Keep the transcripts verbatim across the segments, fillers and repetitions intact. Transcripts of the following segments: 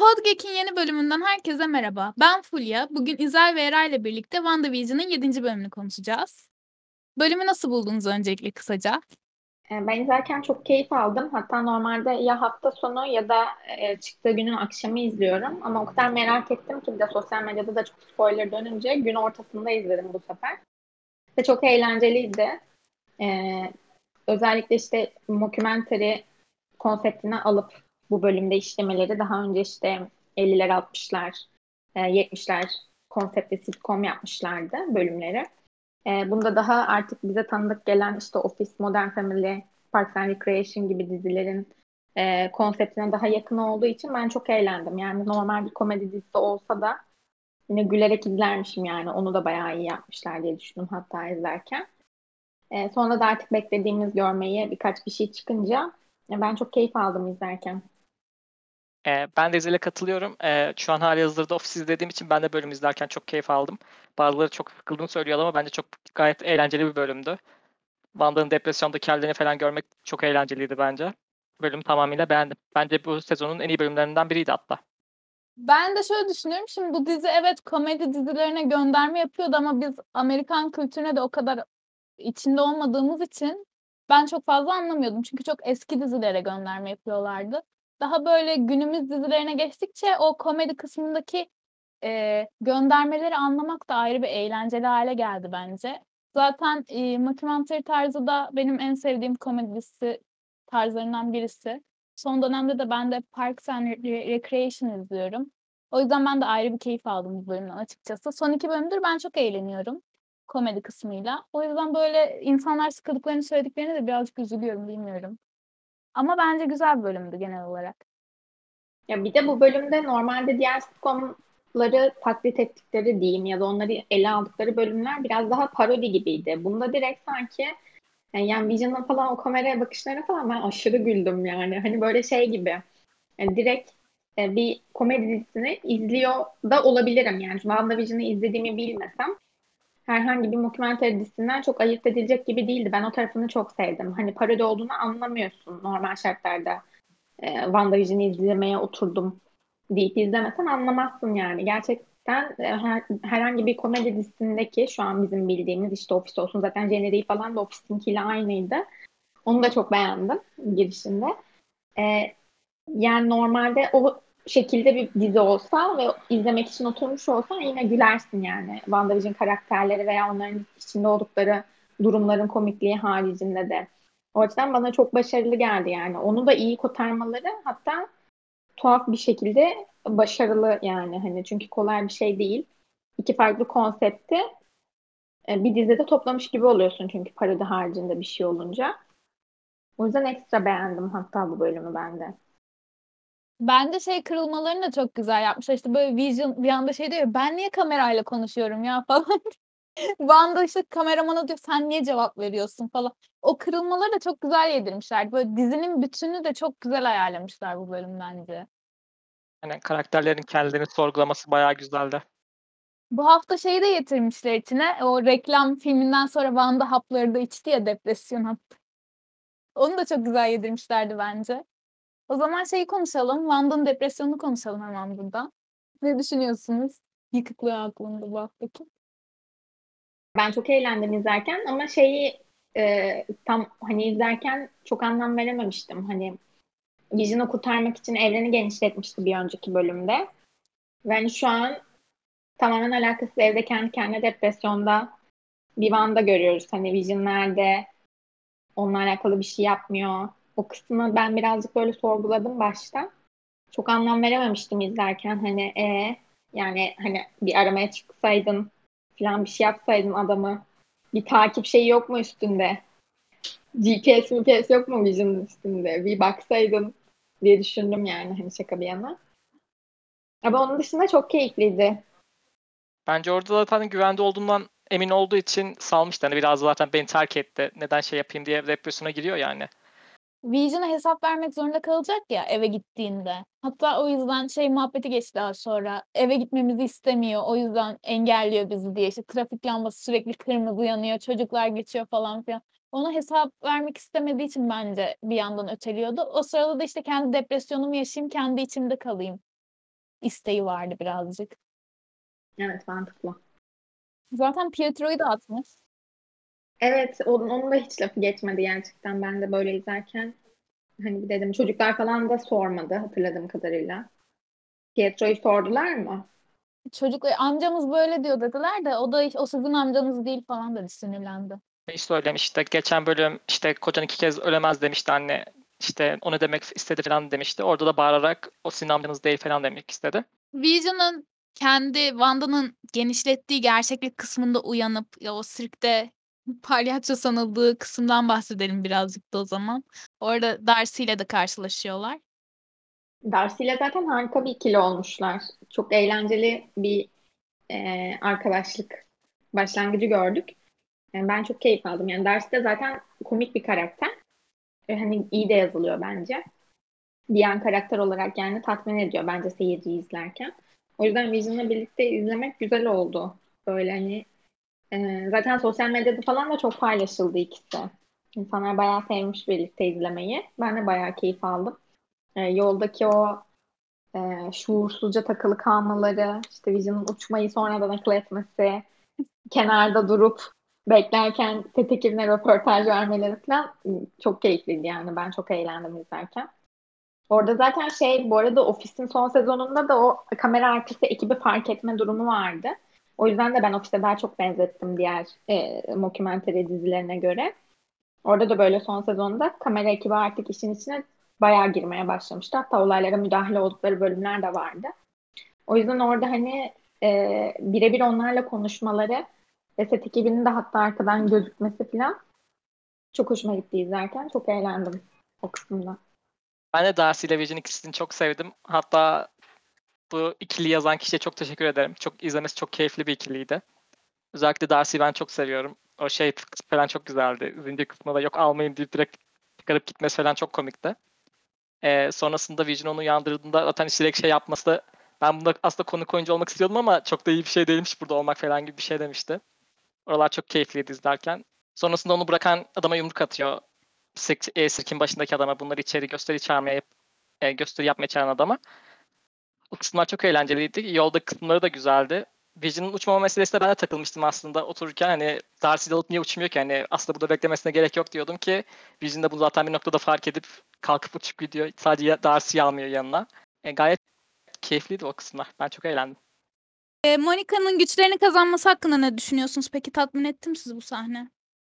Podgeek'in yeni bölümünden herkese merhaba. Ben Fulya. Bugün İzel ve Eray ile birlikte WandaVision'ın yedinci bölümünü konuşacağız. Bölümü nasıl buldunuz öncelikle kısaca? E, Ben izlerken çok keyif aldım. Hatta normalde ya hafta sonu ya da e, çıktığı günün akşamı izliyorum. Ama o kadar merak ettim ki bir de sosyal medyada da çok spoiler dönünce gün ortasında izledim bu sefer. Ve çok eğlenceliydi. E, Özellikle işte mockumentary konseptini alıp bu bölümde işlemeleri daha önce işte elliler altmışlar e, yetmişler konseptli sitcom yapmışlardı bölümleri. E, bunda daha artık bize tanıdık gelen işte Office, Modern Family, Parks and Recreation gibi dizilerin e, konseptine daha yakın olduğu için ben çok eğlendim. Yani normal bir komedi dizisi olsa da yine gülerek izlermişim yani. Onu da bayağı iyi yapmışlar diye düşündüm hatta izlerken. E, sonra da artık beklediğimiz görmeyi birkaç bir şey çıkınca e, ben çok keyif aldım izlerken. Ee, ben de Ezel'e katılıyorum. Ee, şu an halihazırda Office izlediğim için ben de bölüm izlerken çok keyif aldım. Bazıları çok sıkıldığını söylüyor ama bence çok gayet eğlenceli bir bölümdü. Wanda'nın depresyondaki hallerini falan görmek çok eğlenceliydi bence. Bölümü tamamıyla beğendim. Bence bu sezonun en iyi bölümlerinden biriydi hatta. Ben de şöyle düşünüyorum. Şimdi bu dizi evet komedi dizilerine gönderme yapıyordu ama biz Amerikan kültürüne de o kadar içinde olmadığımız için ben çok fazla anlamıyordum. Çünkü çok eski dizilere gönderme yapıyorlardı. Daha böyle günümüz dizilerine geçtikçe o komedi kısmındaki Eee, göndermeleri anlamak da ayrı bir eğlenceli hâle geldi bence. Zaten, iii, mockumentary tarzı da benim en sevdiğim komedi dizisi tarzlarından birisi. Son dönemde de ben de Parks and Re Recreation izliyorum. O yüzden ben de ayrı bir keyif aldım bu bölümden açıkçası. Son iki bölümdür ben çok eğleniyorum komedi kısmıyla. O yüzden, böyle, insanlar sıkıldıklarını söylediklerine de birazcık üzülüyorum, bilmiyorum. Ama bence güzel bir bölümdü genel olarak. Ya bir de bu bölümde normalde diğer sitcomları taklit ettikleri diyeyim ya da onları ele aldıkları bölümler biraz daha parodi gibiydi. Bunda direkt sanki yani, yani Vision'ın falan o kameraya bakışlarına falan ben aşırı güldüm yani. Hani böyle şey gibi. Yani direkt e, bir komedi dizisini izliyor da olabilirim yani. WandaVision'ı izlediğimi bilmesem herhangi bir mockumentary dizisinden çok ayırt edilecek gibi değildi. Ben o tarafını çok sevdim. Hani parodi olduğunu anlamıyorsun normal şartlarda e, WandaVision'ı izlemeye oturdum deyip izlemesen anlamazsın yani. Gerçekten e, her, herhangi bir komedi dizisindeki şu an bizim bildiğimiz işte Office olsun zaten jeneriği falan da Office'inkiyle aynıydı. Onu da çok beğendim girişinde. E, Yani normalde o şekilde bir dizi olsa ve izlemek için oturmuş olsan yine gülersin yani. WandaVision karakterleri veya onların içinde oldukları durumların komikliği haricinde de. O açıdan bana çok başarılı geldi yani. Onu da iyi kotarmaları hatta tuhaf bir şekilde başarılı yani hani çünkü kolay bir şey değil. İki farklı konsepti e, bir dizide toplamış gibi oluyorsun çünkü parodi haricinde bir şey olunca. O yüzden ekstra beğendim hatta bu bölümü ben de. Bence şey kırılmalarını da çok güzel yapmışlar. İşte, böyle, Vision bir anda şey diyor ya, "Ben niye kamerayla konuşuyorum ya?" falan. Wanda, işte, kameramana diyor, "Sen niye cevap veriyorsun?" falan. O kırılmaları da çok güzel yedirmişler. Böyle, dizinin bütününü de çok güzel ayarlamışlar bu bölüm bence. Yani karakterlerin kendilerini sorgulaması bayağı güzeldi. Bu hafta şeyi de getirmişler içine, o reklam filminden sonra Wanda hapları da içti ya, depresyon hapı. Onu da çok güzel yedirmişlerdi bence. O zaman şeyi konuşalım, Wanda'nın depresyonunu konuşalım hemen burada. Ne düşünüyorsunuz? Yıkıklığı hakkında bu haftaki. Ben çok eğlendim izlerken ama şeyi e, tam hani izlerken çok anlam verememiştim. Hani Vision'ı kurtarmak için evreni genişletmişti bir önceki bölümde. Ve hani şu an tamamen alakasız evde kendi kendine depresyonda bir Wanda görüyoruz. Hani Vision nerede? Onunla alakalı bir şey yapmıyor. O kısmı ben birazcık böyle sorguladım başta. Çok anlam verememiştim izlerken. Hani e yani hani bir aramaya çıksaydın falan bir şey yapsaydın adamı. Bir takip şeyi yok mu üstünde? G P S, M P S yok mu Vision'ın üstünde? Bir baksaydın diye düşündüm yani hani şaka bir yana. Ama onun dışında çok keyifliydi. Bence orada zaten güvende olduğundan emin olduğu için salmıştı. Hani biraz zaten beni terk etti. Neden şey yapayım diye depresyona giriyor yani. Vision'a hesap vermek zorunda kalacak ya eve gittiğinde. Hatta o yüzden şey muhabbeti geçti daha sonra. Eve gitmemizi istemiyor. O yüzden engelliyor bizi diye. İşte trafik lambası sürekli kırmızı yanıyor. Çocuklar geçiyor falan filan. Ona hesap vermek istemediği için bence bir yandan öteliyordu. O sırada da işte kendi depresyonumu yaşayayım, kendi içimde kalayım isteği vardı birazcık. Evet, mantıklı. Zaten Pietro'yu da atmış. Evet, onun, onun da hiç lafı geçmedi gerçekten. Ben de böyle izlerken hani bir dedim, çocuklar falan da sormadı hatırladığım kadarıyla. Pietro'yu sordular mı? Çocuk amcamız böyle diyor dediler de o da o sizin amcanız değil falan dedi, sinirlendi. Şey söylemişti. Geçen bölüm işte kocan iki kez ölemez demişti anne. İşte onu demek istedi falan demişti. Orada da bağırarak o sizin amcanız değil falan demek istedi. Vision'ın kendi Wanda'nın genişlettiği gerçeklik kısmında uyanıp ya o sirkte palyaço sanıldığı kısımdan bahsedelim birazcık da o zaman. Orada Darcy ile de karşılaşıyorlar. Darcy ile zaten harika bir ikili olmuşlar. Çok eğlenceli bir e, arkadaşlık başlangıcı gördük. Yani ben çok keyif aldım. Yani Darcy de zaten komik bir karakter. E, hani iyi de yazılıyor bence. Diğer karakter olarak yani tatmin ediyor bence seyirciyi izlerken. O yüzden Vision'la birlikte izlemek güzel oldu. Böyle hani e, zaten sosyal medyada falan da çok paylaşıldı ikisi. İnsanlar bayağı sevmiş birlikte izlemeyi. Ben de bayağı keyif aldım. E, yoldaki o e, şuursuzca takılı kalmaları, işte Vision'ın uçmayı sonradan akıl etmesi, kenarda durup beklerken set ekibine röportaj vermeleri falan çok keyifliydi yani. Ben çok eğlendim izlerken. Orada zaten şey, bu arada Ofis'in son sezonunda da o kamera arkası ekibi fark etme durumu vardı. O yüzden de ben Ofis'e daha çok benzettim diğer e, mockumentary dizilerine göre. Orada da böyle son sezonda kamera ekibi artık işin içine bayağı girmeye başlamıştı. Hatta olaylara müdahale oldukları bölümler de vardı. O yüzden orada hani e, birebir onlarla konuşmaları ve set ekibinin de hatta arkadan gözükmesi falan çok hoşuma gitti izlerken. Çok eğlendim o kısımda. Ben de Darcy ile Vision ikisini çok sevdim. Hatta bu ikili yazan kişiye çok teşekkür ederim. Çok izlemesi çok keyifli bir ikiliydi. Özellikle Darcy'yi ben çok seviyorum. O şey falan çok güzeldi. Zincir kısmında da yok almayın deyip direkt çıkarıp gitmesi falan çok komikti. Ee, sonrasında Vision onu uyandırdığında zaten direkt şey yapması da ben bunda aslında konuk oyuncu olmak istiyordum ama çok da iyi bir şey değilmiş burada olmak falan gibi bir şey demişti. Oralar çok keyifliydi izlerken. Sonrasında onu bırakan adama yumruk atıyor. Sirk, e, sirkin başındaki adama bunları içeri gösteri çağırmaya e, gösteri yapmaya çağıran adama. O kısımlar çok eğlenceliydi. Yolda kısımları da güzeldi. Vision'ın uçmama meselesine ben de takılmıştım aslında otururken. Hani Darcy'de alıp niye uçmuyor ki? Hani aslında burada beklemesine gerek yok diyordum ki Vision de bunu zaten bir noktada fark edip kalkıp uçup gidiyor. Sadece Darcy'yi almıyor yanına. E, gayet keyifliydi o kısımlar. Ben çok eğlendim. E, Monica'nın güçlerini kazanması hakkında ne düşünüyorsunuz? Peki tatmin etti mi sizi bu sahne?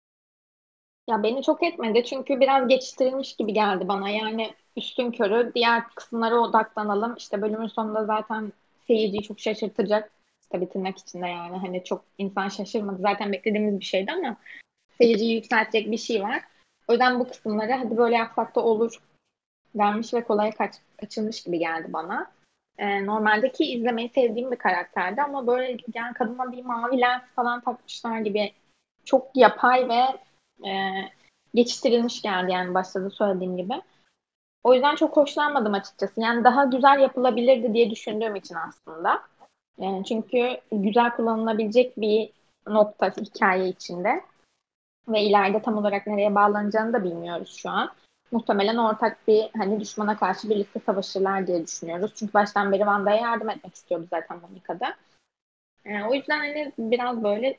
Ya beni çok etmedi çünkü biraz geçiştirilmiş gibi geldi bana. Yani üstünkörü diğer kısımlara odaklanalım. İşte bölümün sonunda zaten seyirciyi çok şaşırtacak. Tabii tırnak içinde yani. Hani çok insan şaşırmadı. Zaten beklediğimiz bir şeydi ama seyirciyi yükseltecek bir şey var. O yüzden bu kısımlara hadi böyle yapsak da olur denmiş ve kolay kaç, kaçılmış gibi geldi bana. Ee, normaldeki izlemeyi sevdiğim bir karakterdi ama böyle yani kadına bir mavi lens falan takmışlar gibi çok yapay ve e, geçiştirilmiş geldi yani başta da söylediğim gibi. O yüzden çok hoşlanmadım açıkçası. Yani daha güzel yapılabilirdi diye düşündüğüm için aslında. Yani çünkü güzel kullanılabilecek bir nokta hikaye içinde ve ileride tam olarak nereye bağlanacağını da bilmiyoruz şu an. Muhtemelen ortak bir hani düşmana karşı birlikte savaşırlar diye düşünüyoruz. Çünkü baştan beri Wanda'ya yardım etmek istiyordu zaten Monica'da. Yani o yüzden hani biraz böyle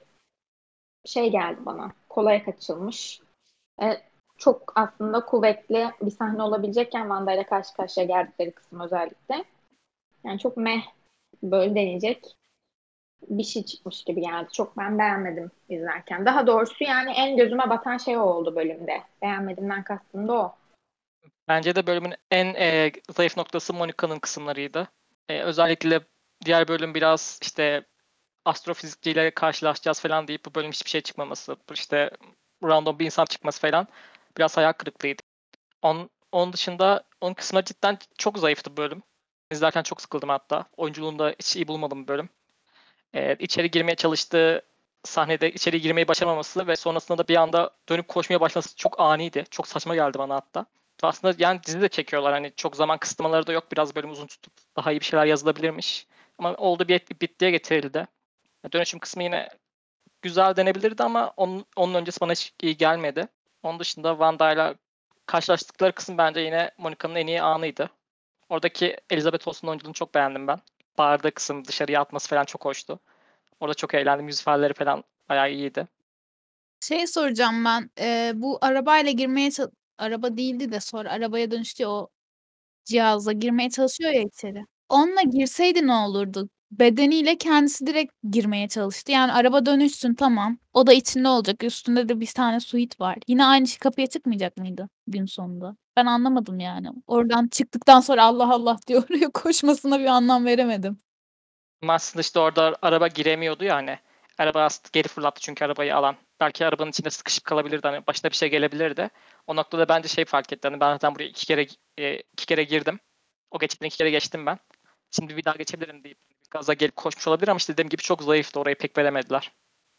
şey geldi bana. Kolaya kaçılmış. E, çok aslında kuvvetli bir sahne olabilecekken Wanda ile karşı karşıya geldikleri kısım özellikle. Yani çok meh böyle deneyecek bir şey çıkmış gibi geldi. Çok ben beğenmedim izlerken. Daha doğrusu yani en gözüme batan şey o oldu bölümde. Beğenmedimden kastım da o. Bence de bölümün en e, zayıf noktası Monica'nın kısımlarıydı. E, özellikle diğer bölüm biraz işte astrofizikçiyle karşılaşacağız falan deyip bu bölüm hiçbir şey çıkmaması, işte random bir insan çıkması falan biraz hayal kırıklığıydı. On, onun dışında onun kısmı cidden çok zayıftı bu bölüm. İzlerken çok sıkıldım hatta. Oyunculuğunda hiç iyi bulmadım bu bölüm. Ee, içeri girmeye çalıştığı sahnede içeri girmeyi başaramaması ve sonrasında da bir anda dönüp koşmaya başlaması çok aniydi. Çok saçma geldi bana hatta. Ve aslında yani dizi de çekiyorlar. Hani çok zaman kısıtlamaları da yok. Biraz bölüm uzun tutup daha iyi bir şeyler yazılabilirmiş. Ama oldu bir bittiye getirildi. Dönüşüm kısmı yine güzel denebilirdi ama onun, onun öncesi bana hiç iyi gelmedi. Onun dışında Wanda'yla karşılaştıkları kısım bence yine Monica'nın en iyi anıydı. Oradaki Elizabeth Olsen'ın oyunculuğunu çok beğendim ben. bağırdığı kısım, dışarıya atması falan çok hoştu. Orada çok eğlendim. Yüz ifadeleri falan bayağı iyiydi. Şey soracağım ben. Eee, bu arabayla girmeye ça araba değildi de sonra arabaya dönüştü ya o cihazla girmeye çalışıyor ya içeri. Onunla girseydi ne olurdu? Bedeniyle kendisi direkt girmeye çalıştı. Yani araba dönüşsün tamam. O da içinde olacak. Üstünde de bir tane suite var. Yine aynı şey kapıya çıkmayacak mıydı gün sonunda? Ben anlamadım yani. Oradan çıktıktan sonra Allah Allah diye oraya koşmasına bir anlam veremedim. Ama aslında işte orada araba giremiyordu ya hani. Araba aslında geri fırlattı çünkü arabayı alan. Belki arabanın içinde sıkışıp kalabilirdi. Hani başına bir şey gelebilirdi. O noktada bence şey fark etti. Hani ben zaten buraya iki kere e, iki kere girdim. O geçitten iki kere geçtim ben. Şimdi bir daha geçebilirim deyip gaza gelip koşmuş olabilir ama işte dediğim gibi çok zayıftı. Orayı pek veremediler.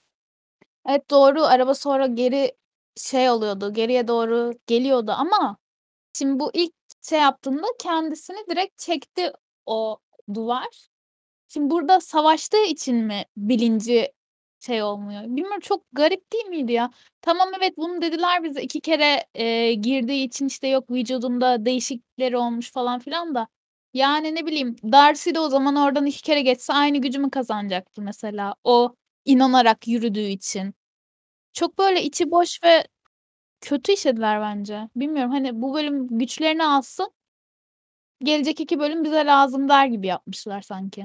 Evet doğru. Araba sonra geri şey oluyordu. Geriye doğru geliyordu ama şimdi bu ilk şey yaptığında kendisini direkt çekti o duvar. Şimdi burada savaştığı için mi bilinci şey olmuyor? Bilmiyorum çok garip değil miydi ya? Tamam evet bunu dediler bize iki kere eee, girdiği için işte yok vücudunda değişiklikleri olmuş falan filan da. Yani ne bileyim Darcy de o zaman oradan iki kere geçse aynı gücü mü kazanacaktı mesela? O inanarak yürüdüğü için. Çok böyle içi boş ve kötü işlediler bence. Bilmiyorum hani bu bölüm güçlerini alsın. Gelecek iki bölüm bize lazım der gibi yapmışlar sanki.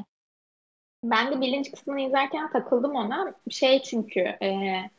Ben de bilinç kısmını izlerken takıldım ona. Şey çünkü e,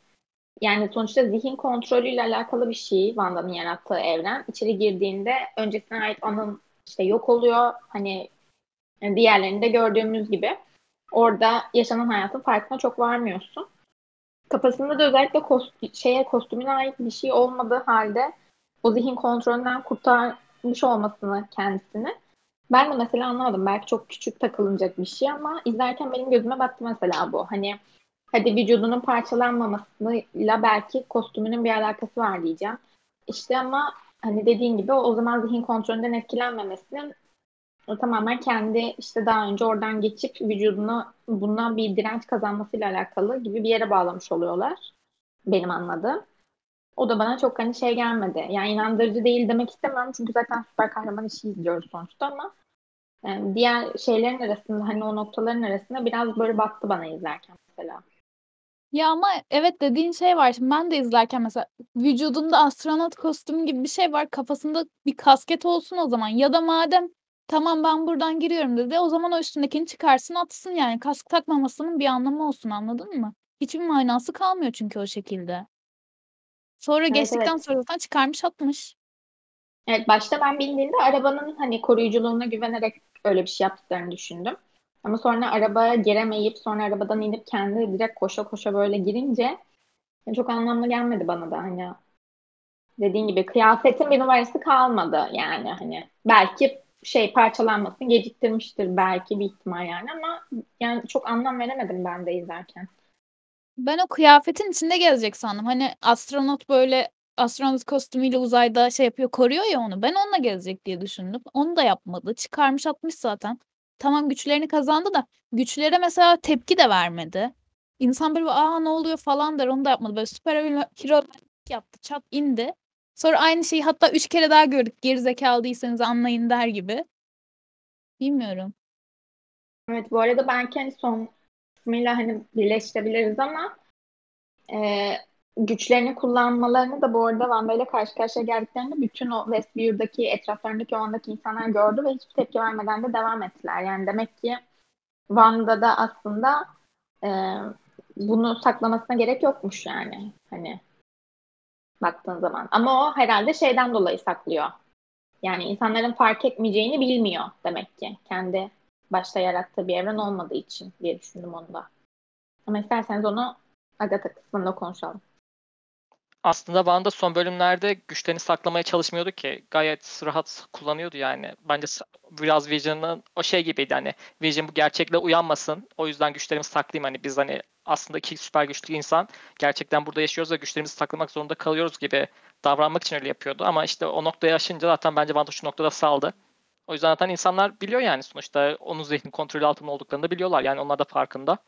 yani sonuçta zihin kontrolüyle alakalı bir şey Wanda'nın yarattığı evren. İçeri girdiğinde öncesine ait anın işte yok oluyor. Hani diğerlerinde gördüğümüz gibi. Orada yaşanan hayatın farkına çok varmıyorsun. Kafasında da özellikle kost- şeye kostümüne ait bir şey olmadığı halde o zihin kontrolünden kurtarmış olmasını kendisini. Ben de mesela anlamadım. Belki çok küçük takılınacak bir şey ama izlerken benim gözüme battı mesela bu. Hani hadi vücudunun parçalanmamasıyla belki kostümünün bir alakası var diyeceğim. İşte ama hani dediğin gibi o zaman zihin kontrolünden etkilenmemesinin o tamamen kendi işte daha önce oradan geçip vücuduna bundan bir direnç kazanmasıyla alakalı gibi bir yere bağlamış oluyorlar. Benim anladığım. O da bana çok hani şey gelmedi. Yani inandırıcı değil demek istemiyorum çünkü zaten süper kahraman işi izliyoruz sonuçta ama yani diğer şeylerin arasında hani o noktaların arasında biraz böyle battı bana izlerken mesela. Ya ama evet dediğin şey var. Şimdi ben de izlerken mesela vücudunda astronot kostümü gibi bir şey var. Kafasında bir kasket olsun o zaman. Ya da madem tamam ben buradan giriyorum dedi. O zaman o üstündekini çıkarsın atsın yani. Kask takmamasının bir anlamı olsun anladın mı? Hiçbir manası kalmıyor çünkü o şekilde. Sonra Evet, geçtikten evet. sonra zaten çıkarmış atmış. Evet, başta ben bindiğimde arabanın hani koruyuculuğuna güvenerek öyle bir şey yaptıklarını düşündüm. Ama sonra arabaya giremeyip sonra arabadan inip kendi direkt koşa koşa böyle girince çok anlamlı gelmedi bana da hani dediğin gibi kıyafetin bir numarası kalmadı yani hani belki şey parçalanmasını geciktirmiştir belki bir ihtimal yani ama yani çok anlam veremedim ben de izlerken. Ben o kıyafetin içinde gezecek sandım. Hani astronot böyle astronot kostümüyle uzayda şey yapıyor, koruyor ya onu. Ben onunla gezecek diye düşündüm. Onu da yapmadı. Çıkarmış atmış zaten. Tamam güçlerini kazandı da güçlere mesela tepki de vermedi. İnsan böyle aa ne oluyor falan der onu da yapmadı. Böyle süper hero yaptı çat indi. Sonra aynı şeyi hatta üç kere daha gördük. Geri zekalı değilseniz anlayın der gibi. Bilmiyorum. Evet, bu arada belki hani son kısmıyla hani birleştirebiliriz ama e, güçlerini kullanmalarını da bu arada Wanda ile karşı karşıya geldiklerinde bütün o Westview'daki etraflarındaki o andaki insanlar gördü ve hiçbir tepki vermeden de devam ettiler. Yani demek ki Wanda da aslında e, bunu saklamasına gerek yokmuş yani hani baktığın zaman. Ama o herhalde şeyden dolayı saklıyor. Yani insanların fark etmeyeceğini bilmiyor demek ki. Kendi başta yarattığı bir evren olmadığı için diye düşündüm onu da. Ama isterseniz onu Agatha kısmında konuşalım. Aslında Wanda son bölümlerde güçlerini saklamaya çalışmıyordu ki. Gayet rahat kullanıyordu yani. Bence s- biraz Vision'ın o şey gibiydi hani. Vision bu gerçekle uyanmasın. O yüzden güçlerimi saklayayım. Hani biz hani aslında iki süper güçlü insan gerçekten burada yaşıyoruz ve güçlerimizi saklamak zorunda kalıyoruz gibi davranmak için öyle yapıyordu. Ama işte o noktaya aşınca zaten bence Wanda şu noktada saldı. O yüzden zaten insanlar biliyor yani sonuçta onun zihni kontrolü altında olduklarını da biliyorlar. Yani onlar da farkında.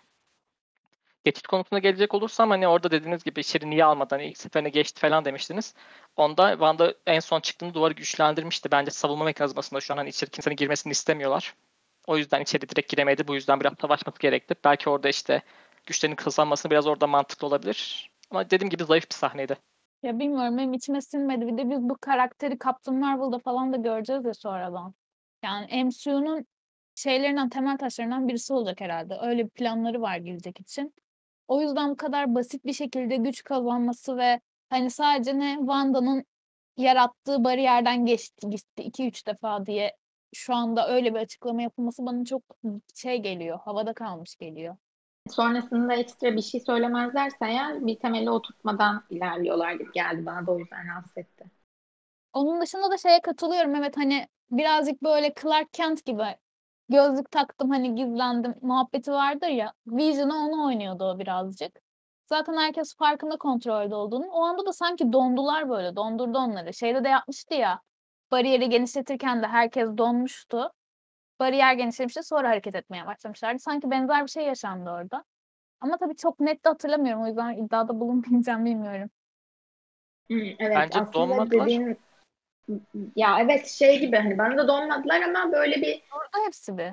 Geçit konusuna gelecek olursam hani orada dediğiniz gibi içeri niye almadan hani ilk seferine geçti falan demiştiniz. Onda Wanda en son çıktığında duvarı güçlendirmişti. Bence savunma mekanizmasında şu an hani içeri kimsenin girmesini istemiyorlar. O yüzden içeri direkt giremedi. Bu yüzden biraz savaşması gerekti. Belki orada işte güçlerini kazanması biraz orada mantıklı olabilir. Ama dediğim gibi zayıf bir sahneydi. Ya bilmiyorum benim içime sinmedi. Bir de biz bu karakteri Captain Marvel'da falan da göreceğiz ya sonradan. Yani M C U'nun şeylerinden, temel taşlarından birisi olacak herhalde. Öyle bir planları var gelecek için. O yüzden bu kadar basit bir şekilde güç kazanması ve hani sadece ne Wanda'nın yarattığı bariyerden geçti gitti iki üç defa diye şu anda öyle bir açıklama yapılması bana çok şey geliyor. Havada kalmış geliyor. Sonrasında ekstra bir şey söylemezlerse eğer bir temeli oturtmadan ilerliyorlar gibi geldi bana da o yüzden rahatsız etti. Onun dışında da şeye katılıyorum. Evet hani birazcık böyle Clark Kent gibi gözlük taktım hani gizlendim muhabbeti vardır ya. Vision'ı onu oynuyordu o birazcık. Zaten herkes farkında kontrolde olduğunu. O anda da sanki dondular böyle. Dondurdu onları. Şeyde de yapmıştı ya. Bariyeri genişletirken de herkes donmuştu. Bariyer genişlemişti sonra hareket etmeye başlamışlardı. Sanki benzer bir şey yaşandı orada. Ama tabii çok net de hatırlamıyorum. O yüzden iddiada bulunmayacağım bilmiyorum. Hı, evet Bence aslında donmadılar. dediğin ya evet şey gibi hani bana da donmadılar ama böyle bir Orada hepsi bir.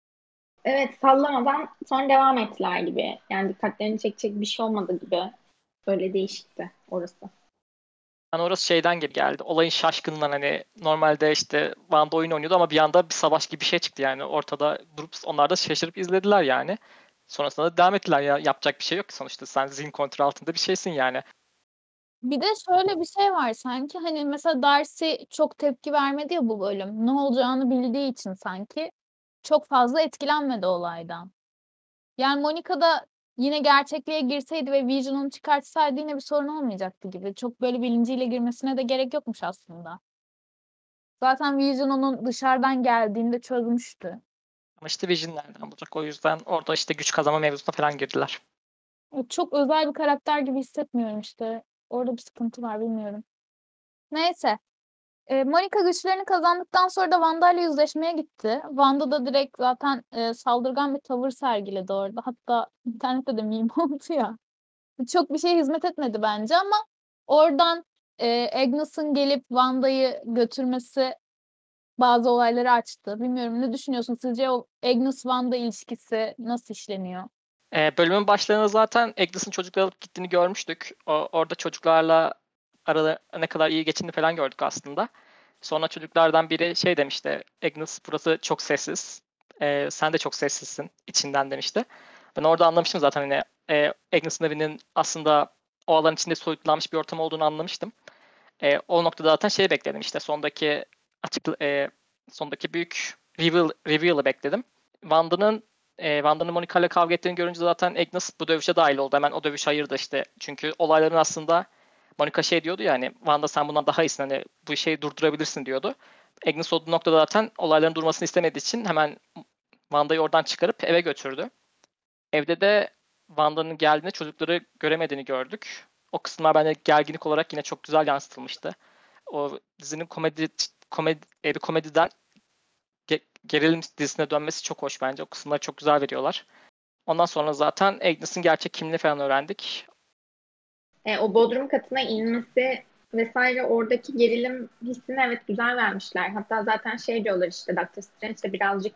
evet sallamadan sonra devam ettiler gibi. Yani dikkatlerini çekecek bir şey olmadı gibi. Böyle değişikti orası. Hani orası şeyden gibi geldi. Olayın şaşkınlığından hani normalde işte Wanda oyun oynuyordu ama bir anda bir savaş gibi bir şey çıktı yani. Ortada durup onlar da şaşırıp izlediler yani. Sonrasında da devam ettiler ya. Yapacak bir şey yok ki sonuçta. Sen zihin kontrolü altında bir şeysin yani. Bir de şöyle bir şey var sanki hani mesela Darcy çok tepki vermedi ya bu bölüm. Ne olacağını bildiği için sanki çok fazla etkilenmedi olaydan. Yani Monica da yine gerçekliğe girseydi ve Vision onu çıkartsaydı yine bir sorun olmayacaktı gibi. Çok böyle bilinciyle girmesine de gerek yokmuş aslında. Zaten Vision onun dışarıdan geldiğinde çözmüştü. Ama işte Vision nereden bulacak? O yüzden orada işte güç kazanma mevzusuna falan girdiler. O çok özel bir karakter gibi hissetmiyorum işte. Orada bir sıkıntı var bilmiyorum. Neyse. Eee, Monica güçlerini kazandıktan sonra da Wanda ile yüzleşmeye gitti. Wanda da direkt zaten, eee, saldırgan bir tavır sergiledi orada. Hatta internette de meme oldu ya. Çok bir şeye hizmet etmedi bence ama oradan, eee, Agnes'ın gelip Wanda'yı götürmesi bazı olayları açtı. Bilmiyorum ne düşünüyorsun? Sizce o Agnes-Wanda ilişkisi nasıl işleniyor? Ee, bölümün başlarında zaten Agnes'ın çocukları alıp gittiğini görmüştük. O, orada çocuklarla arada ne kadar iyi geçindi falan gördük aslında. Sonra çocuklardan biri şey demişti. Agnes burası çok sessiz. Ee, sen de çok sessizsin içinden demişti. Ben orada anlamıştım zaten hani e, Agnes'ın evinin aslında o alan içinde soyutlanmış bir ortam olduğunu anlamıştım. E, o noktada zaten şey bekledim işte sondaki açık e, sondaki büyük reveal, reveal'ı bekledim. Wanda'nın e, Wanda'nın Monica ile kavga ettiğini görünce zaten Agnes bu dövüşe dahil oldu. Hemen o dövüş ayırdı işte. Çünkü olayların aslında Monica şey diyordu ya hani Wanda sen bundan daha iyisin hani bu şeyi durdurabilirsin diyordu. Agnes o noktada zaten olayların durmasını istemediği için hemen Wanda'yı oradan çıkarıp eve götürdü. Evde de Wanda'nın geldiğinde çocukları göremediğini gördük. O kısımlar bence gerginlik olarak yine çok güzel yansıtılmıştı. O dizinin komedi komedi e, bir komediden ge- gerilim dizisine dönmesi çok hoş bence. O kısımları çok güzel veriyorlar. Ondan sonra zaten Agnes'in gerçek kimliğini falan öğrendik. E, o bodrum katına inmesi vesaire oradaki gerilim hissini evet güzel vermişler. Hatta zaten şey diyorlar işte Doctor Strange de birazcık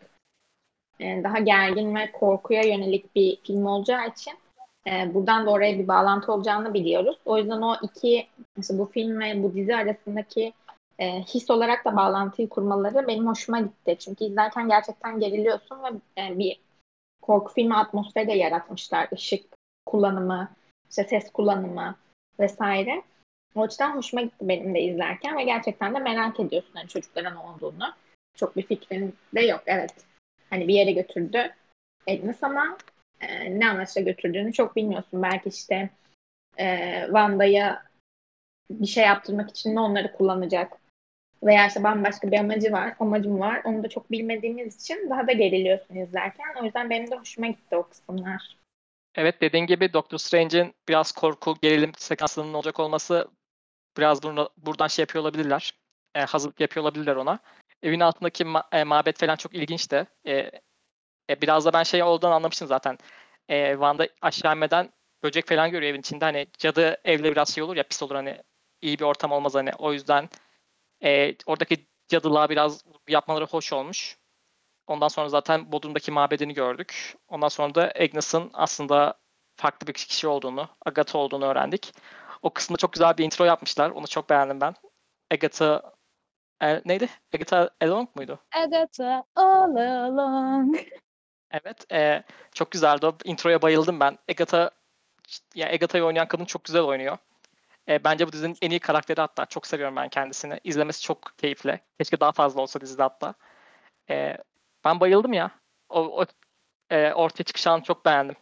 e, daha gergin ve korkuya yönelik bir film olacağı için e, buradan da oraya bir bağlantı olacağını biliyoruz. O yüzden o iki işte bu film ve bu dizi arasındaki e, his olarak da bağlantıyı kurmaları benim hoşuma gitti. Çünkü izlerken gerçekten geriliyorsun ve e, bir korku filmi atmosferi de yaratmışlar. Işık kullanımı, işte ses kullanımı vesaire. O açıdan hoşuma gitti benim de izlerken ve gerçekten de merak ediyorsun hani çocuklara ne olduğunu. Çok bir fikrin de yok. Evet. Hani bir yere götürdü Agnes ama e, ne amaçla götürdüğünü çok bilmiyorsun. Belki işte e, Wanda'ya bir şey yaptırmak için de onları kullanacak. Veya işte bambaşka bir amacı var, amacım var. Onu da çok bilmediğimiz için daha da geriliyorsun izlerken. O yüzden benim de hoşuma gitti o kısımlar. Evet dediğin gibi Doctor Strange'in biraz korku, gerilim sekansının olacak olması biraz burada, buradan şey yapıyor olabilirler. E, hazırlık yapıyor olabilirler ona. Evin altındaki ma- e, mabet falan çok ilginçti. E, e, biraz da ben şey olduğunu anlamıştım zaten. E, Wanda aşağı inmeden böcek falan görüyor evin içinde. Hani cadı evde biraz şey olur ya pis olur hani iyi bir ortam olmaz hani. O yüzden e, oradaki cadılığa biraz yapmaları hoş olmuş. Ondan sonra zaten Bodrum'daki mabedini gördük. Ondan sonra da Agnes'ın aslında farklı bir kişi olduğunu, Agatha olduğunu öğrendik. O kısımda çok güzel bir intro yapmışlar. Onu çok beğendim ben. Agatha e, neydi? Agatha Along muydu? Agatha all along. Evet. E, çok güzeldi o. Introya bayıldım ben. Agatha ya Agatha'yı oynayan kadın çok güzel oynuyor. E, bence bu dizinin en iyi karakteri hatta. Çok seviyorum ben kendisini. İzlemesi çok keyifli. Keşke daha fazla olsa dizide hatta. E, ben bayıldım ya. O, o e, ortaya çıkış anını çok beğendim.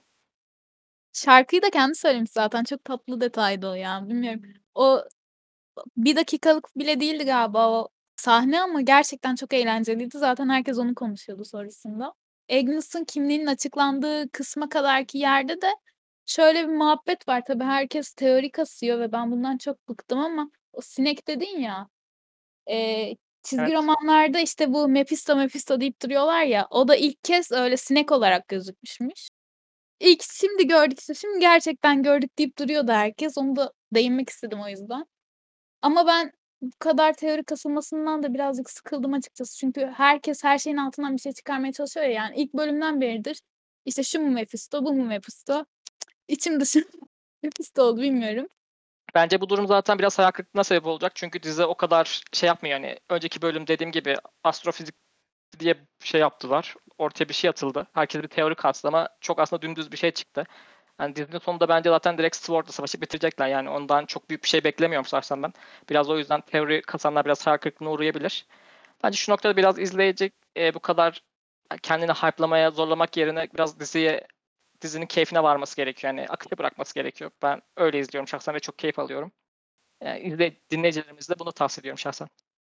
Şarkıyı da kendi söylemiş zaten. Çok tatlı detaydı o ya. Bilmiyorum. O bir dakikalık bile değildi galiba o sahne ama gerçekten çok eğlenceliydi. Zaten herkes onu konuşuyordu sonrasında. Agnes'ın kimliğinin açıklandığı kısma kadarki yerde de şöyle bir muhabbet var. Tabii herkes teori kasıyor ve ben bundan çok bıktım ama o sinek dedin ya. Eee, çizgi Evet. romanlarda işte bu Mephisto Mephisto deyip duruyorlar ya. O da ilk kez öyle sinek olarak gözükmüşmüş. İlk şimdi gördük işte. Şimdi gerçekten gördük deyip duruyordu herkes. Onu da değinmek istedim o yüzden. Ama ben bu kadar teori kasılmasından da birazcık sıkıldım açıkçası. Çünkü herkes her şeyin altından bir şey çıkarmaya çalışıyor ya. Yani ilk bölümden beridir işte şu mu Mephisto, bu mu Mephisto? İçim dışım Mephisto oldu bilmiyorum. Bence bu durum zaten biraz hayal kırıklığına sebep olacak. Çünkü dizi o kadar şey yapmıyor. Yani önceki bölüm dediğim gibi astrofizik diye bir şey yaptılar. Ortaya bir şey atıldı. Herkes bir teori kastı ama çok aslında dümdüz bir şey çıktı. Yani dizinin sonunda bence zaten direkt Sword'la savaşıp bitirecekler. Yani ondan çok büyük bir şey beklemiyorum şahsen ben. Biraz o yüzden teori kasanlar biraz hayal kırıklığına uğrayabilir. Bence şu noktada biraz izleyici e, bu kadar kendini hype'lamaya zorlamak yerine biraz diziye dizinin keyfine varması gerekiyor. Yani akışa bırakması gerekiyor. Ben öyle izliyorum şahsen ve çok keyif alıyorum. Yani izle, dinleyicilerimiz de bunu tavsiye ediyorum şahsen.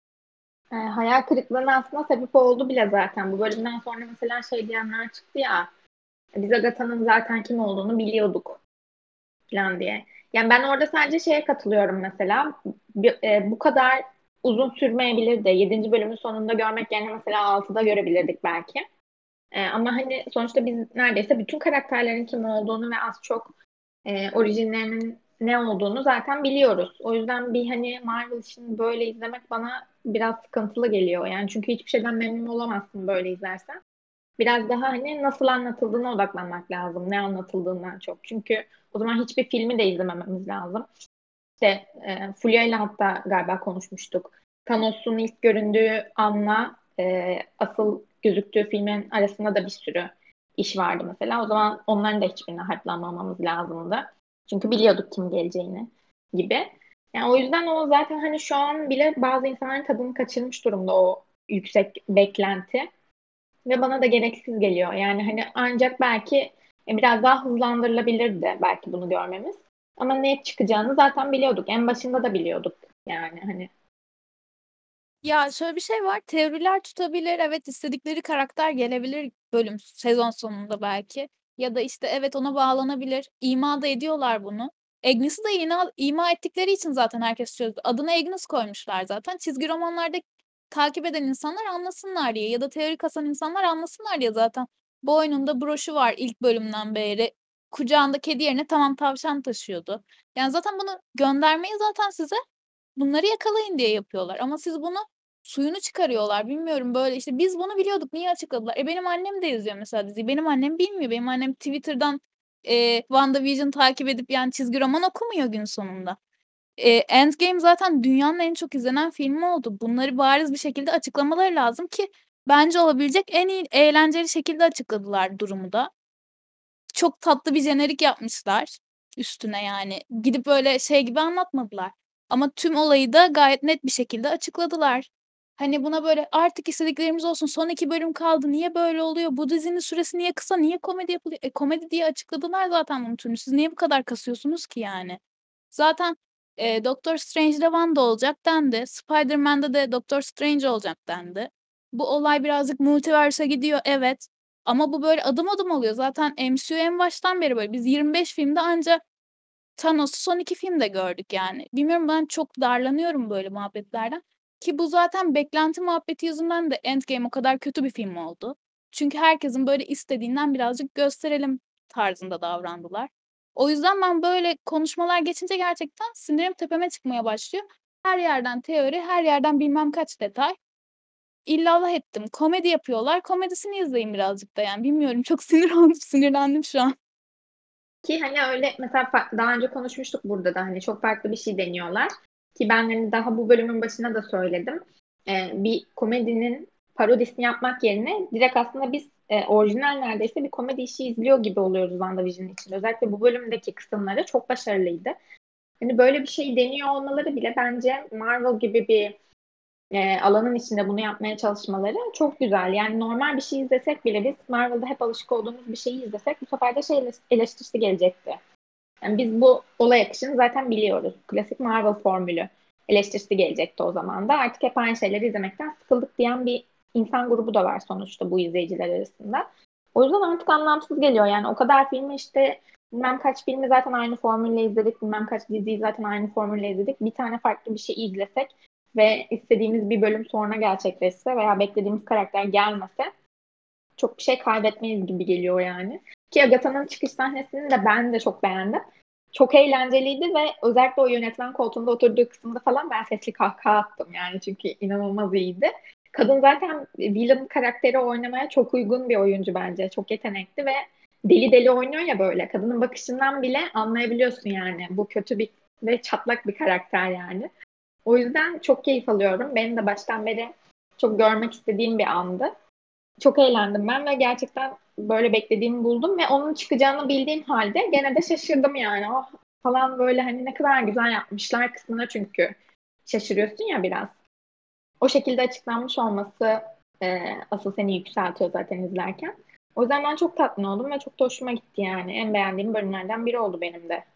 E, hayal kırıklığına aslında sebep oldu bile zaten. Bu bölümden sonra mesela şey diyenler çıktı ya. Biz Agatha'nın zaten kim olduğunu biliyorduk falan diye. Yani ben orada sadece şeye katılıyorum mesela. Bir- e, bu kadar uzun sürmeyebilirdi. Yedinci bölümün sonunda görmek yerine mesela altıda görebilirdik belki. E, ama hani sonuçta biz neredeyse bütün karakterlerin kim olduğunu ve az çok e, orijinlerinin ne olduğunu zaten biliyoruz. O yüzden bir hani Marvel işini böyle izlemek bana biraz sıkıntılı geliyor. Yani çünkü hiçbir şeyden memnun olamazsın böyle izlersen. Biraz daha hani nasıl anlatıldığına odaklanmak lazım. Ne anlatıldığından çok. Çünkü o zaman hiçbir filmi de izlemememiz lazım. İşte e, Fulya ile hatta galiba konuşmuştuk. Thanos'un ilk göründüğü anla e, asıl gözüktüğü filmin arasında da bir sürü iş vardı mesela. O zaman onların da hiçbirine hype'lanmamamız lazımdı. Çünkü biliyorduk kim geleceğini gibi. Yani o yüzden o zaten hani şu an bile bazı insanların tadını kaçırmış durumda o yüksek beklenti. Ve bana da gereksiz geliyor. Yani hani ancak belki e, biraz daha hızlandırılabilirdi belki bunu görmemiz. Ama ne çıkacağını zaten biliyorduk. En başında da biliyorduk. Yani hani Ya şöyle bir şey var. Teoriler tutabilir. Evet istedikleri karakter gelebilir bölüm sezon sonunda belki. Ya da işte evet ona bağlanabilir. İma da ediyorlar bunu. Agnes'ı da ima, ima ettikleri için zaten herkes çözdü. Adını Agnes koymuşlar zaten. Çizgi romanlarda takip eden insanlar anlasınlar diye ya da teori kasan insanlar anlasınlar diye zaten. Boynunda broşu var ilk bölümden beri. Kucağında kedi yerine tamam tavşan taşıyordu. Yani zaten bunu göndermeyi zaten size bunları yakalayın diye yapıyorlar ama siz bunu suyunu çıkarıyorlar. Bilmiyorum böyle işte biz bunu biliyorduk. Niye açıkladılar? E benim annem de izliyor mesela diziyi. Benim annem bilmiyor. Benim annem Twitter'dan e, WandaVision takip edip yani çizgi roman okumuyor gün sonunda. E, Endgame zaten dünyanın en çok izlenen filmi oldu. Bunları bariz bir şekilde açıklamaları lazım ki bence olabilecek en iyi eğlenceli şekilde açıkladılar durumu da. Çok tatlı bir jenerik yapmışlar üstüne yani. Gidip öyle şey gibi anlatmadılar. Ama tüm olayı da gayet net bir şekilde açıkladılar. Hani buna böyle artık istediklerimiz olsun. Son iki bölüm kaldı. Niye böyle oluyor? Bu dizinin süresi niye kısa? Niye komedi yapılıyor? E komedi diye açıkladılar zaten bunu türünü. Siz niye bu kadar kasıyorsunuz ki yani? Zaten e, Doctor Strange'de Wanda olacak dendi. Spider-Man'de de Doctor Strange olacak dendi. Bu olay birazcık multiverse'e gidiyor evet. Ama bu böyle adım adım oluyor. Zaten M C U en baştan beri böyle. Biz yirmi beş filmde anca Thanos'u son iki filmde gördük yani. Bilmiyorum ben çok darlanıyorum böyle muhabbetlerden. Ki bu zaten beklenti muhabbeti yüzünden de Endgame o kadar kötü bir film oldu. Çünkü herkesin böyle istediğinden birazcık gösterelim tarzında davrandılar. O yüzden ben böyle konuşmalar geçince gerçekten sinirim tepeme çıkmaya başlıyor. Her yerden teori, her yerden bilmem kaç detay. illallah ettim. Komedi yapıyorlar. Komedisini izleyin birazcık da yani. Bilmiyorum. Çok sinir oldum. Sinirlendim şu an. Ki hani öyle mesela fa- daha önce konuşmuştuk burada da hani çok farklı bir şey deniyorlar. Ki ben hani daha bu bölümün başına da söyledim. Ee, bir komedinin parodisini yapmak yerine direkt aslında biz e, orijinal neredeyse bir komedi işi izliyor gibi oluyoruz WandaVision için. Özellikle bu bölümdeki kısımları çok başarılıydı. Hani böyle bir şey deniyor olmaları bile bence Marvel gibi bir e, alanın içinde bunu yapmaya çalışmaları çok güzel. Yani normal bir şey izlesek bile biz Marvel'da hep alışık olduğumuz bir şeyi izlesek bu sefer de şey eleştirisi gelecekti. Yani biz bu olay akışını zaten biliyoruz. Klasik Marvel formülü eleştirisi gelecekti o zaman da. Artık hep aynı şeyleri izlemekten sıkıldık diyen bir insan grubu da var sonuçta bu izleyiciler arasında. O yüzden artık anlamsız geliyor. Yani o kadar filmi işte bilmem kaç filmi zaten aynı formülle izledik. Bilmem kaç diziyi zaten aynı formülle izledik. Bir tane farklı bir şey izlesek ve istediğimiz bir bölüm sonra gerçekleşse veya beklediğimiz karakter gelmese çok bir şey kaybetmeyiz gibi geliyor yani. Ki Agatha'nın çıkış sahnesini de ben de çok beğendim. Çok eğlenceliydi ve özellikle o yönetmen koltuğunda oturduğu kısımda falan ben sesli kahkaha attım yani çünkü inanılmaz iyiydi. Kadın zaten villain karakteri oynamaya çok uygun bir oyuncu bence. Çok yetenekli ve deli deli oynuyor ya böyle. Kadının bakışından bile anlayabiliyorsun yani. Bu kötü bir ve çatlak bir karakter yani. O yüzden çok keyif alıyorum. Benim de baştan beri çok görmek istediğim bir andı. Çok eğlendim ben ve gerçekten böyle beklediğimi buldum ve onun çıkacağını bildiğim halde gene de şaşırdım yani. Oh falan böyle hani ne kadar güzel yapmışlar kısmına çünkü şaşırıyorsun ya biraz. O şekilde açıklanmış olması e, asıl seni yükseltiyor zaten izlerken. O yüzden ben çok tatmin oldum ve çok da hoşuma gitti yani. En beğendiğim bölümlerden biri oldu benim de.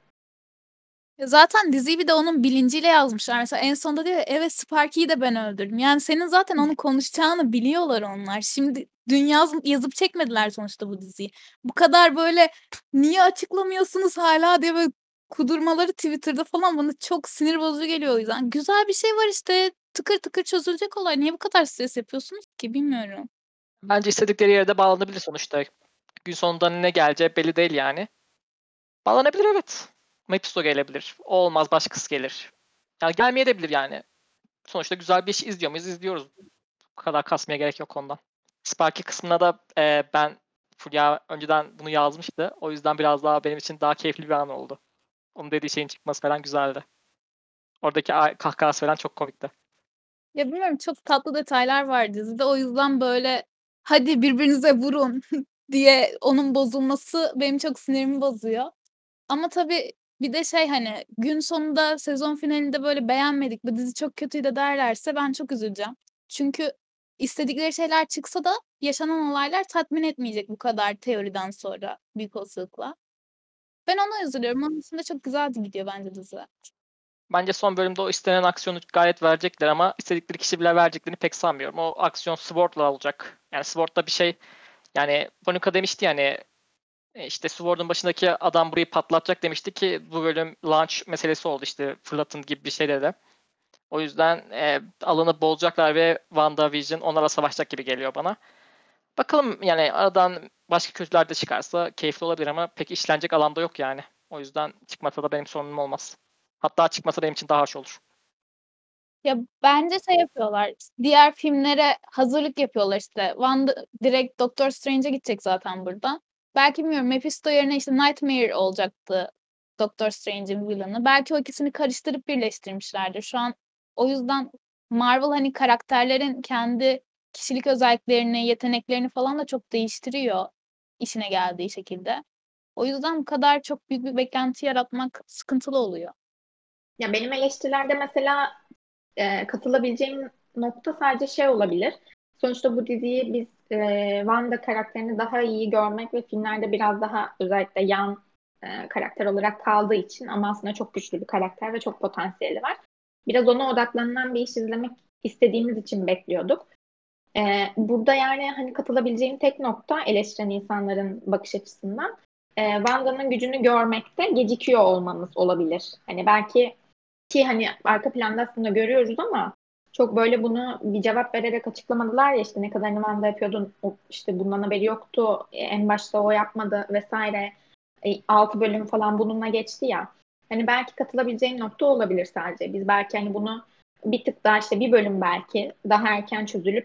Ya zaten diziyi bir de onun bilinciyle yazmışlar. Mesela en sonunda diyor ya, evet Sparky'yi de ben öldürdüm. Yani senin zaten onu konuşacağını biliyorlar onlar. Şimdi dün yaz, yazıp çekmediler sonuçta bu diziyi. Bu kadar böyle niye açıklamıyorsunuz hala diye böyle kudurmaları Twitter'da falan bana çok sinir bozucu geliyor o yüzden. Güzel bir şey var işte. Tıkır tıkır çözülecek olay. Niye bu kadar stres yapıyorsunuz ki bilmiyorum. Bence istedikleri yere de bağlanabilir sonuçta. Gün sonunda ne geleceği belli değil yani. Bağlanabilir evet. Mephisto gelebilir. O olmaz başkası gelir. Ya gelmeyebilir yani. Sonuçta güzel bir iş izliyor muyuz? İzliyoruz. Bu kadar kasmaya gerek yok ondan. Sparky kısmına da e, ben Fulya önceden bunu yazmıştı. O yüzden biraz daha benim için daha keyifli bir an oldu. Onun dediği şeyin çıkması falan güzeldi. Oradaki a- kahkahası falan çok komikti. Ya bilmiyorum çok tatlı detaylar var dizide. O yüzden böyle hadi birbirinize vurun diye onun bozulması benim çok sinirimi bozuyor. Ama tabii bir de şey hani gün sonunda sezon finalinde böyle beğenmedik bu dizi çok kötüydü derlerse ben çok üzüleceğim. Çünkü istedikleri şeyler çıksa da yaşanan olaylar tatmin etmeyecek bu kadar teoriden sonra büyük olasılıkla. Ben ona üzülüyorum. Onun dışında çok güzel gidiyor bence dizi. Bence son bölümde o istenen aksiyonu gayet verecekler ama istedikleri kişi bile vereceklerini pek sanmıyorum. O aksiyon Sword'la olacak. Yani Sword'da bir şey yani Bonica demişti yani e, işte Sword'un başındaki adam burayı patlatacak demişti ki bu bölüm launch meselesi oldu işte fırlatın gibi bir şey dedi. O yüzden e, alanı bozacaklar ve WandaVision onlarla savaşacak gibi geliyor bana. Bakalım yani aradan başka kötüler de çıkarsa keyifli olabilir ama pek işlenecek alanda yok yani. O yüzden çıkmasa da benim sorunum olmaz. Hatta çıkmasa benim için daha hoş olur. Ya bence şey yapıyorlar. Diğer filmlere hazırlık yapıyorlar işte. Wanda direkt Doctor Strange'e gidecek zaten burada. Belki bilmiyorum Mephisto yerine işte Nightmare olacaktı Doctor Strange'in villainı. Belki o ikisini karıştırıp birleştirmişlerdir. Şu an o yüzden Marvel hani karakterlerin kendi kişilik özelliklerini, yeteneklerini falan da çok değiştiriyor işine geldiği şekilde. O yüzden bu kadar çok büyük bir beklenti yaratmak sıkıntılı oluyor. Ya benim eleştirilerde mesela e, katılabileceğim nokta sadece şey olabilir. Sonuçta bu diziyi biz e, Wanda karakterini daha iyi görmek ve filmlerde biraz daha özellikle yan e, karakter olarak kaldığı için ama aslında çok güçlü bir karakter ve çok potansiyeli var. Biraz ona odaklanılan bir iş izlemek istediğimiz için bekliyorduk. E, burada yani hani katılabileceğim tek nokta eleştiren insanların bakış açısından e, Wanda'nın gücünü görmekte gecikiyor olmamız olabilir. Hani belki ki hani arka planda aslında görüyoruz ama çok böyle bunu bir cevap vererek açıklamadılar ya işte ne kadar Wanda yapıyordun o, işte bundan haberi yoktu e, en başta o yapmadı vesaire e, altı bölüm falan bununla geçti ya hani belki katılabileceğim nokta olabilir sadece biz belki hani bunu bir tık daha işte bir bölüm belki daha erken çözülüp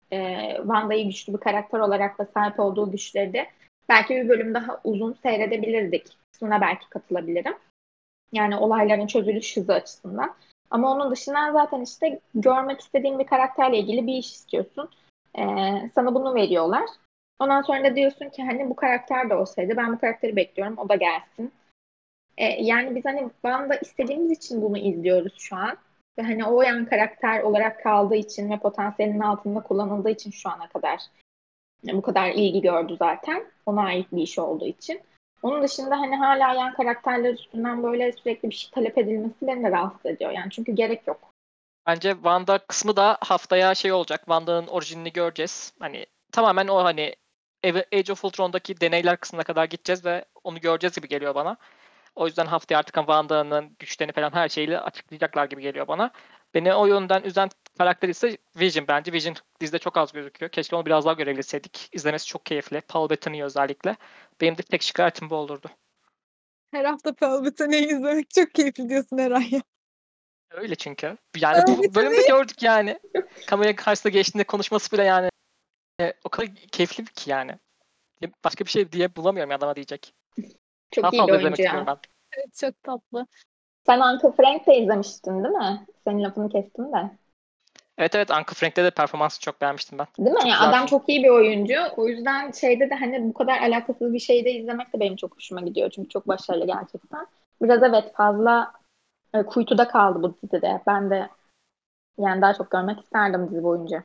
e, Wanda'yı güçlü bir karakter olarak da sahip olduğu güçleri de belki bir bölüm daha uzun seyredebilirdik. Kısmına belki katılabilirim. Yani olayların çözülüş hızı açısından. Ama onun dışında zaten işte görmek istediğin bir karakterle ilgili bir iş istiyorsun. Ee, sana bunu veriyorlar. Ondan sonra da diyorsun ki hani bu karakter de olsaydı ben bu karakteri bekliyorum o da gelsin. Ee, yani biz hani Wanda istediğimiz için bunu izliyoruz şu an. Ve hani o yan karakter olarak kaldığı için ve potansiyelinin altında kullanıldığı için şu ana kadar bu kadar ilgi gördü zaten. Ona ait bir iş olduğu için. Onun dışında hani hala yan karakterler üstünden böyle sürekli bir şey talep edilmesi beni de rahatsız ediyor. Yani çünkü gerek yok. Bence Wanda kısmı da haftaya şey olacak. Wanda'nın orijinini göreceğiz. Hani tamamen o hani Age of Ultron'daki deneyler kısmına kadar gideceğiz ve onu göreceğiz gibi geliyor bana. O yüzden haftaya artık Wanda'nın güçlerini falan her şeyle açıklayacaklar gibi geliyor bana. Beni o yönden üzen karakter ise Vision bence. Vision dizide çok az gözüküyor. Keşke onu biraz daha görebilseydik. İzlemesi çok keyifli. Paul Bettany özellikle. Benim de tek şikayetim bu olurdu. Her hafta Paul Bettany'yi izlemek çok keyifli diyorsun Eray ya. Öyle çünkü. Yani Paul bu bölümde gördük yani. Kamera karşısında geçtiğinde konuşması bile yani e, o kadar keyifli ki yani. Başka bir şey diye bulamıyorum adama diyecek. Çok Daha iyi bir fazla izlemek oyuncu istiyorum ya. ben. Evet, çok tatlı. Sen Uncle Frank de izlemiştin değil mi? Senin lafını kestim de. Evet evet Uncle Frank'te de performansı çok beğenmiştim ben. Değil mi? Çok Yani güzel bir adam film. çok iyi bir oyuncu. O yüzden şeyde de hani bu kadar alakasız bir şeyde izlemek de benim çok hoşuma gidiyor. Çünkü çok başarılı gerçekten. Biraz evet fazla e, kuytuda kaldı bu dizide. Ben de yani daha çok görmek isterdim dizi boyunca.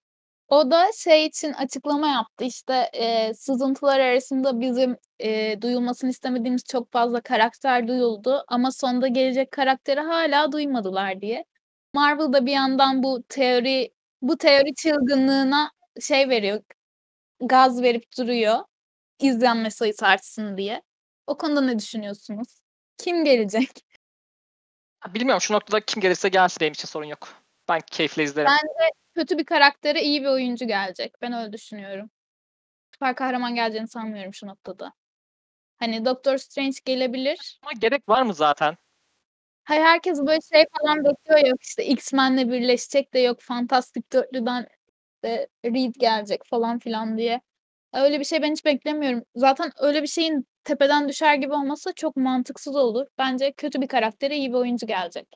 O da şey için açıklama yaptı işte e, sızıntılar arasında bizim e, duyulmasını istemediğimiz çok fazla karakter duyuldu ama sonda gelecek karakteri hala duymadılar diye. Marvel da bir yandan bu teori bu teori çılgınlığına şey veriyor, gaz verip duruyor izlenme sayısı artsın diye. O konuda ne düşünüyorsunuz? Kim gelecek? Bilmiyorum şu noktada kim gelirse gelsin benim için sorun yok. Ben keyifle izlerim. Bence kötü bir karaktere iyi bir oyuncu gelecek. Ben öyle düşünüyorum. Süper kahraman geleceğini sanmıyorum şu noktada. Hani Doctor Strange gelebilir. Ama gerek var mı zaten? Hayır, herkes böyle şey falan bekliyor, yok işte X-Men'le birleşecek de yok Fantastic Dörtlü'den de Reed gelecek falan filan diye. Öyle bir şey ben hiç beklemiyorum. Zaten öyle bir şeyin tepeden düşer gibi olmasa çok mantıksız olur. Bence kötü bir karaktere iyi bir oyuncu gelecek.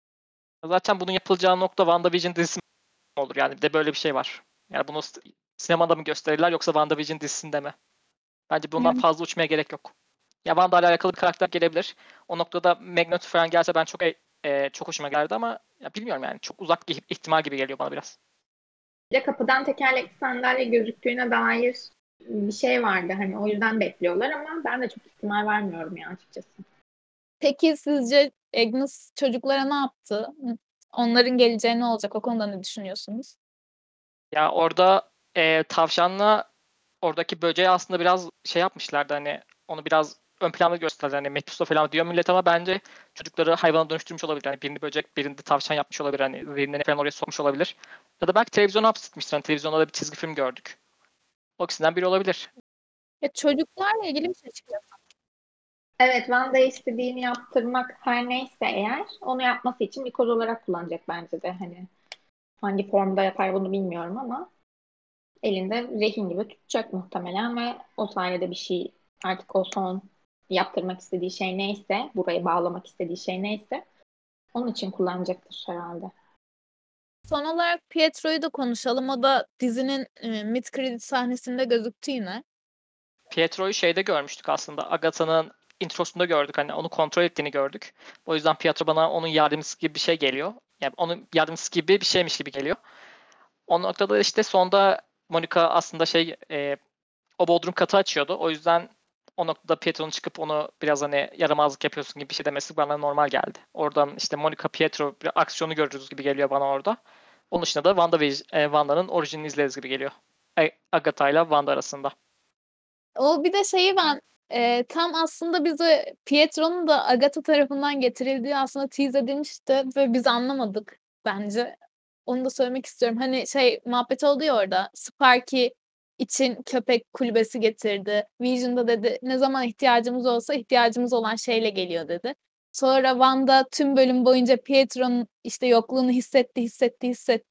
Zaten bunun yapılacağı nokta WandaVision dizisi mi olur? Yani bir de böyle bir şey var. Yani bunu s- sinemada mı gösterirler yoksa WandaVision dizisinde mi? Bence bundan Yani fazla uçmaya gerek yok. Ya Wanda ile alakalı bir karakter gelebilir. O noktada Magneto falan gelse ben çok e, e, çok hoşuma geldi ama ya bilmiyorum yani çok uzak bir ihtimal gibi geliyor bana biraz. Bir de kapıdan tekerlekli sandalye gözüktüğüne dair bir şey vardı. Hani o yüzden bekliyorlar ama ben de çok ihtimal vermiyorum ya açıkçası. peki sizce Agnes çocuklara ne yaptı? Onların geleceği ne olacak? O konuda ne düşünüyorsunuz? Ya orada e, tavşanla oradaki böceği aslında biraz şey yapmışlardı hani onu biraz ön planda gösterdiler. Hani Mephisto falan diyor millet ama bence çocukları hayvana dönüştürmüş olabilir. Hani birini böcek, birini de tavşan yapmış olabilir. Hani zihinlerini falan oraya sokmuş olabilir. Ya da belki televizyona hapsetmişler. Hani televizyonda da bir çizgi film gördük. O ikisinden biri olabilir. Ya çocuklarla ilgili bir şey çıkıyor. Evet, Wanda'ya istediğini yaptırmak her neyse eğer onu yapması için bir koz olarak kullanacak bence de. Hani hangi formda yapar bunu bilmiyorum ama elinde rehin gibi tutacak muhtemelen ve o sayede bir şey artık o son yaptırmak istediği şey neyse, burayı bağlamak istediği şey neyse onun için kullanacaktır herhalde. Son olarak Pietro'yu da konuşalım. O da dizinin e, mid-credit sahnesinde gözüktü yine. Pietro'yu şeyde görmüştük aslında. Agatha'nın introsunda gördük. Hani onu kontrol ettiğini gördük. O yüzden Pietro bana onun yardımcısı gibi bir şey geliyor. Yani onun yardımcısı gibi bir şeymiş gibi geliyor. O noktada işte sonda Monica aslında şey e, o bodrum katı açıyordu. O yüzden o noktada Pietro'nun çıkıp onu biraz hani yaramazlık yapıyorsun gibi bir şey demesi bana normal geldi. Oradan işte Monica Pietro bir aksiyonu görürüz gibi geliyor bana orada. Onun dışında da Wanda ve e, Wanda'nın orijinini izleriz gibi geliyor. E, Agatha ile Wanda arasında. O bir de şeyi ben e, tam aslında bize Pietro'nun da Agatha tarafından getirildiği aslında tease edilmişti ve biz anlamadık bence. Onu da söylemek istiyorum. Hani şey muhabbet oldu ya orada. Sparky için köpek kulübesi getirdi. Vision'da dedi ne zaman ihtiyacımız olsa ihtiyacımız olan şeyle geliyor dedi. Sonra Wanda tüm bölüm boyunca Pietro'nun işte yokluğunu hissetti, hissetti, hissetti.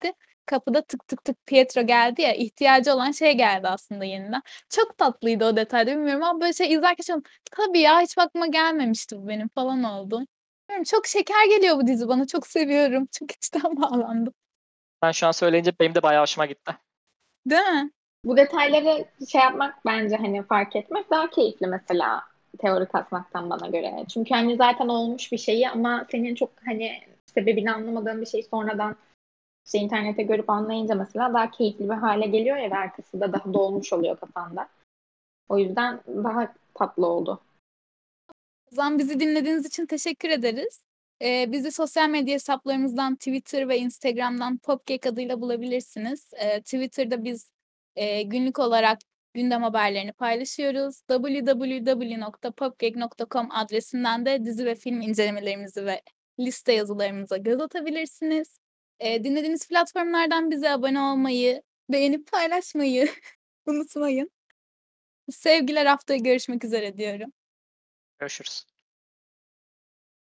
kapıda tık tık tık Pietro geldi ya, ihtiyacı olan şey geldi aslında yeniden. Çok tatlıydı o detayda, bilmiyorum ama böyle şey izlerken şey oldum, tabii ya hiç aklıma gelmemişti bu benim falan oldum. Bilmiyorum, çok şeker geliyor bu dizi bana. Çok seviyorum. Çok içten bağlandım. Ben şu an söyleyince benim de bayağı hoşuma gitti. Değil mi? Bu detayları şey yapmak bence hani fark etmek daha keyifli mesela teori kasmaktan bana göre. Çünkü hani zaten olmuş bir şeyi ama senin çok hani sebebini anlamadığın bir şeyi sonradan işte internete görüp anlayınca mesela daha keyifli bir hale geliyor ya ve arkası da daha dolmuş oluyor kafanda. O yüzden daha tatlı oldu. O zaman bizi dinlediğiniz için teşekkür ederiz. Ee, bizi sosyal medya hesaplarımızdan Twitter ve Instagram'dan Popcake adıyla bulabilirsiniz. Ee, Twitter'da biz e, günlük olarak gündem haberlerini paylaşıyoruz. double-u double-u double-u nokta popcake nokta com adresinden de dizi ve film incelemelerimizi ve liste yazılarımıza göz atabilirsiniz. Ee, dinlediğiniz platformlardan bize abone olmayı, beğenip paylaşmayı unutmayın. Sevgiler, haftaya görüşmek üzere diyorum. Görüşürüz.